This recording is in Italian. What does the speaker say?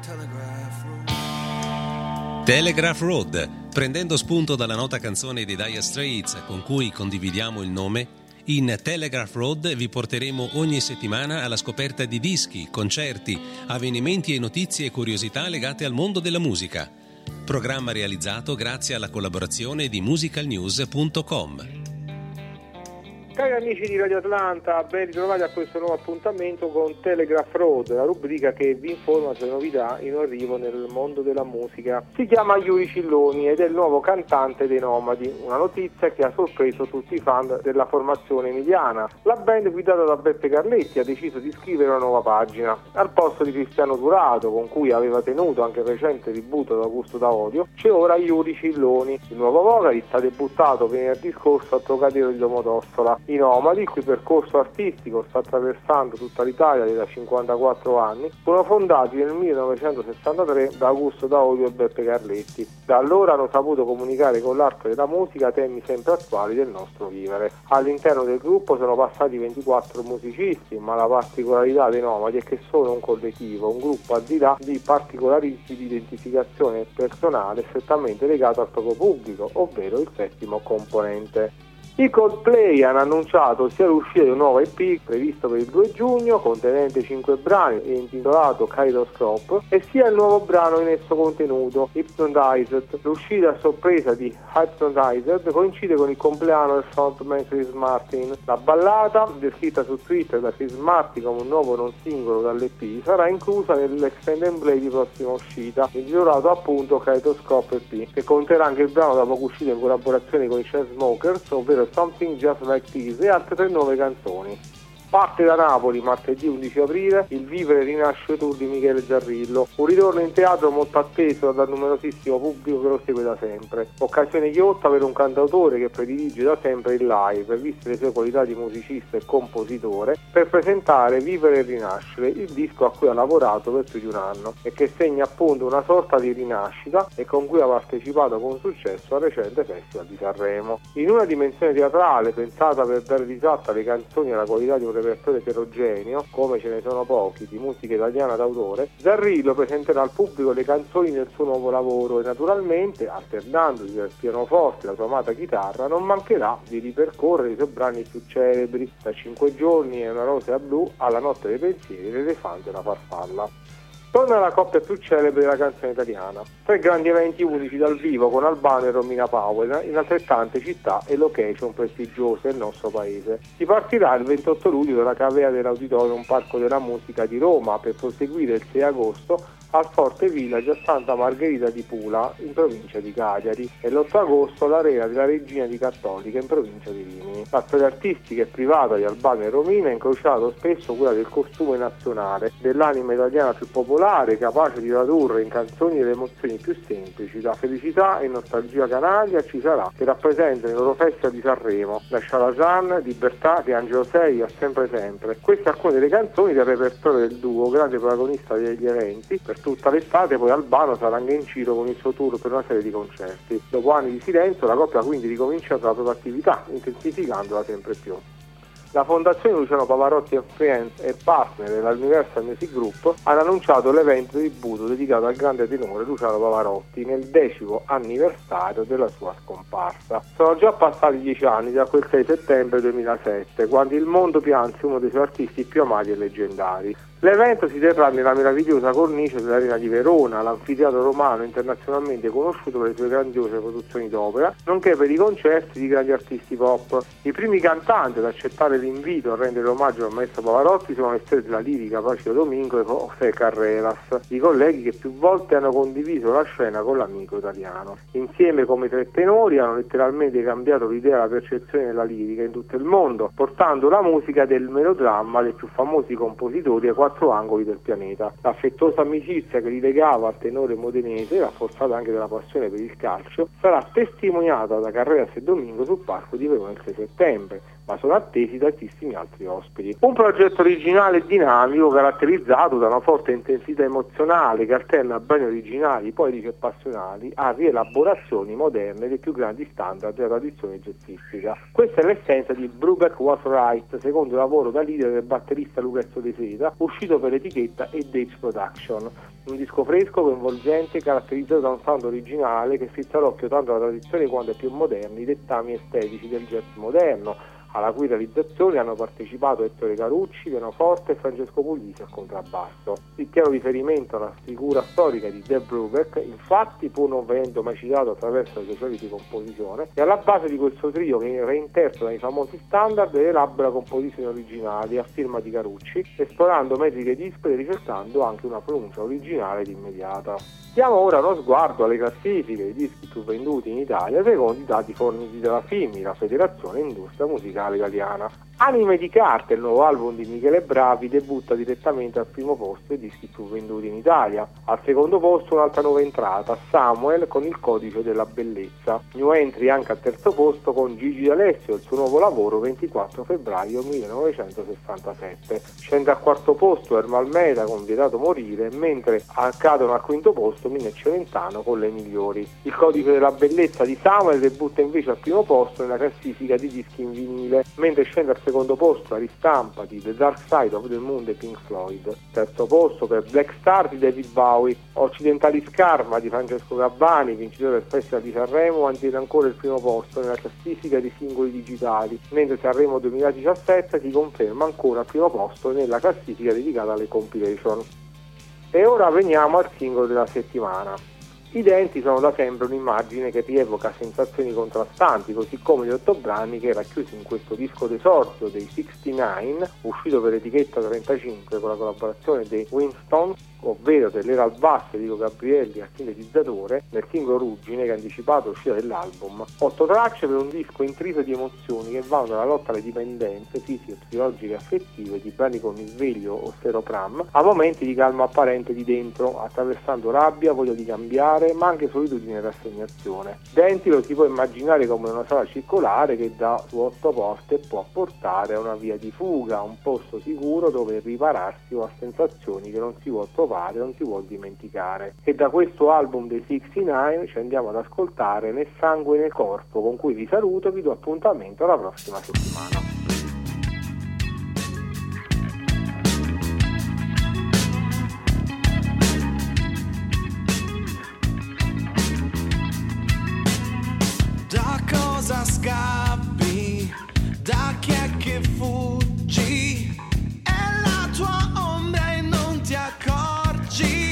Telegraph Road, prendendo spunto dalla nota canzone dei Dire Straits con cui condividiamo il nome, in Telegraph Road vi porteremo ogni settimana alla scoperta di dischi, concerti, avvenimenti e notizie e curiosità legate al mondo della musica. Programma realizzato grazie alla collaborazione di musicalnews.com. Cari amici di Radio Atlanta, ben ritrovati a questo nuovo appuntamento con Telegraph Road, la rubrica che vi informa sulle novità in arrivo nel mondo della musica. Si chiama Yuri Cilloni ed è il nuovo cantante dei Nomadi, una notizia che ha sorpreso tutti i fan della formazione emiliana. La band guidata da Beppe Carletti ha deciso di scrivere una nuova pagina. Al posto di Cristiano Turato, con cui aveva tenuto anche il recente tributo ad Augusto D'Odio, c'è ora Yuri Cilloni. Il nuovo vocalista ha debuttato venerdì scorso al Trocadero di Domodossola. I Nomadi, il cui percorso artistico sta attraversando tutta l'Italia da 54 anni, furono fondati nel 1963 da Augusto D'Odio e Beppe Carletti. Da allora hanno saputo comunicare con l'arte della musica temi sempre attuali del nostro vivere. All'interno del gruppo sono passati 24 musicisti, ma la particolarità dei Nomadi è che sono un collettivo, un gruppo al di là di particolarismi di identificazione personale strettamente legato al proprio pubblico, ovvero il settimo componente. I Coldplay hanno annunciato sia l'uscita di un nuovo EP previsto per il 2 giugno, contenente 5 brani e intitolato Kaleidoscope, e sia il nuovo brano in esso contenuto, Hypnotized. L'uscita a sorpresa di Hypnotized coincide con il compleanno del frontman Chris Martin. La ballata, descritta su Twitter da Chris Martin come un nuovo non singolo dall'EP, sarà inclusa nell'extended play di prossima uscita, intitolato appunto Kaleidoscope EP, che conterrà anche il brano da poco uscito in collaborazione con i Chainsmokers, ovvero Something Just Like This, e altre 3 nuove canzoni. Parte da Napoli martedì 11 aprile il Vivere e Rinascere Tour di Michele Zarrillo, un ritorno in teatro molto atteso dal numerosissimo pubblico che lo segue da sempre. Occasione ghiotta per un cantautore che predilige da sempre il live, viste le sue qualità di musicista e compositore, per presentare Vivere e Rinascere, il disco a cui ha lavorato per più di un anno e che segna appunto una sorta di rinascita e con cui ha partecipato con successo al recente Festival di Sanremo. In una dimensione teatrale pensata per dare risalto alle canzoni e alla qualità di un repertorio eterogeneo, come ce ne sono pochi, di musica italiana d'autore, Zarrillo presenterà al pubblico le canzoni del suo nuovo lavoro e naturalmente, alternandosi al pianoforte e la sua amata chitarra, non mancherà di ripercorrere i suoi brani più celebri, da 5 giorni e una rosea blu alla Notte dei pensieri, l'elefante e la farfalla. Torna la coppia più celebre della canzone italiana. 3 grandi eventi unici dal vivo con Albano e Romina Power in altrettante città e location prestigiose del nostro paese. Si partirà il 28 luglio dalla cavea dell'Auditorium Parco della Musica di Roma per proseguire il 6 agosto al Forte Village a Santa Margherita di Pula, in provincia di Cagliari, e l'8 agosto all'Arena della Regina di Cattolica, in provincia di Rimini. La storia artistica e privata di Albano e Romina ha incrociato spesso quella del costume nazionale, dell'anima italiana più popolare, capace di tradurre in canzoni le emozioni più semplici, da felicità e nostalgia canaglia ci sarà, che rappresentano i loro festival di Sanremo, da Shalazan, Libertà, che Angelo Sei ha sempre sempre. Queste alcune delle canzoni del repertorio del duo, grande protagonista degli eventi, per tutta l'estate. Poi Albano sarà anche in giro con il suo tour per una serie di concerti. Dopo anni di silenzio la coppia ha quindi ricominciato la propria attività, intensificandola sempre più. La fondazione Luciano Pavarotti Friends e partner della Universal Music Group hanno annunciato l'evento tributo dedicato al grande tenore Luciano Pavarotti nel 10° anniversario della sua scomparsa. Sono già passati 10 anni da quel 6 settembre 2007, quando il mondo pianse uno dei suoi artisti più amati e leggendari. L'evento si terrà nella meravigliosa cornice dell'Arena di Verona, l'anfiteatro romano internazionalmente conosciuto per le sue grandiose produzioni d'opera, nonché per i concerti di grandi artisti pop. I primi cantanti ad accettare l'invito a rendere omaggio al maestro Pavarotti sono le stelle della lirica Placido Domingo e José Carreras, i colleghi che più volte hanno condiviso la scena con l'amico italiano. Insieme come 3 tenori hanno letteralmente cambiato l'idea e la percezione della lirica in tutto il mondo, portando la musica del melodramma dei più famosi compositori ai 4 angoli del pianeta. L'affettuosa amicizia che li legava al tenore modenese, rafforzata anche dalla passione per il calcio, sarà testimoniata da Carreras e Domingo sul palco di Verona il 6 settembre, ma sono attesi tantissimi altri ospiti. Un progetto originale e dinamico caratterizzato da una forte intensità emozionale che alterna brani originali, poetici e passionali a rielaborazioni moderne dei più grandi standard della tradizione jazzistica. Questa è l'essenza di Brubeck Was Right, secondo lavoro da leader del batterista Lucrezio De Seta, uscito per l'etichetta Edge Production. Un disco fresco, coinvolgente, caratterizzato da un sound originale che strizza l'occhio tanto alla tradizione quanto ai più moderni dettami estetici del jazz moderno, alla cui realizzazione hanno partecipato Ettore Carucci, pianoforte, e Francesco Puglisi al contrabbasso. Il chiaro riferimento alla figura storica di Dave Brubeck, infatti, pur non venendo mai citato attraverso le sue solite di composizione, è alla base di questo trio che reinterpreta i famosi standard e elabora composizioni originali a firma di Carucci, esplorando metriche dispari e ricercando anche una pronuncia originale ed immediata. Diamo ora uno sguardo alle classifiche dei dischi più venduti in Italia secondo i dati forniti dalla FIMI, la Federazione Industria Musicale Italiana. Anime di carta, il nuovo album di Michele Bravi, debutta direttamente al primo posto dei dischi più venduti in Italia. Al secondo posto un'altra nuova entrata, Samuel con Il Codice della Bellezza. New entry anche al terzo posto con Gigi D'Alessio, il suo nuovo lavoro 24 febbraio 1967. Scende al quarto posto Ermal Meta con Vietato Morire, mentre accadono al quinto posto Mina e Celentano con Le Migliori. Il Codice della Bellezza di Samuel debutta invece al primo posto nella classifica di dischi in vinile, mentre scende al secondo posto la ristampa di The Dark Side of the Moon dei Pink Floyd. Terzo posto per Black Star di David Bowie. Occidentali Scarma di Francesco Gabbani, vincitore del Festival di Sanremo, mantiene ancora il primo posto nella classifica di singoli digitali, mentre Sanremo 2017 si conferma ancora al primo posto nella classifica dedicata alle compilation. E ora veniamo al singolo della settimana. I denti sono da sempre un'immagine che rievoca sensazioni contrastanti, così come gli 8 brani che racchiusi in questo disco d'esordio dei 69, uscito per etichetta 35 con la collaborazione dei Winstons, ovvero dell'era al basso Dico Gabrielli al sintetizzatore, nel singolo Ruggine che ha anticipato l'uscita dell'album. 8 tracce per un disco intriso di emozioni che vanno dalla lotta alle dipendenze fisiche, psicologiche e affettive di brani con il sveglio o Pram a momenti di calma apparente di dentro, attraversando rabbia, voglia di cambiare, ma anche solitudine e rassegnazione. Denti lo si può immaginare come una sala circolare che da su 8 porte può portare a una via di fuga, un posto sicuro dove ripararsi o a sensazioni che non si vuol trovare, non si vuol dimenticare. E da questo album dei 69 ci andiamo ad ascoltare Nel sangue nel corpo, con cui vi saluto e vi do appuntamento alla prossima settimana. Da cosa scappi? Da chi è che fuggi? È la tua ombra e non ti accorgi.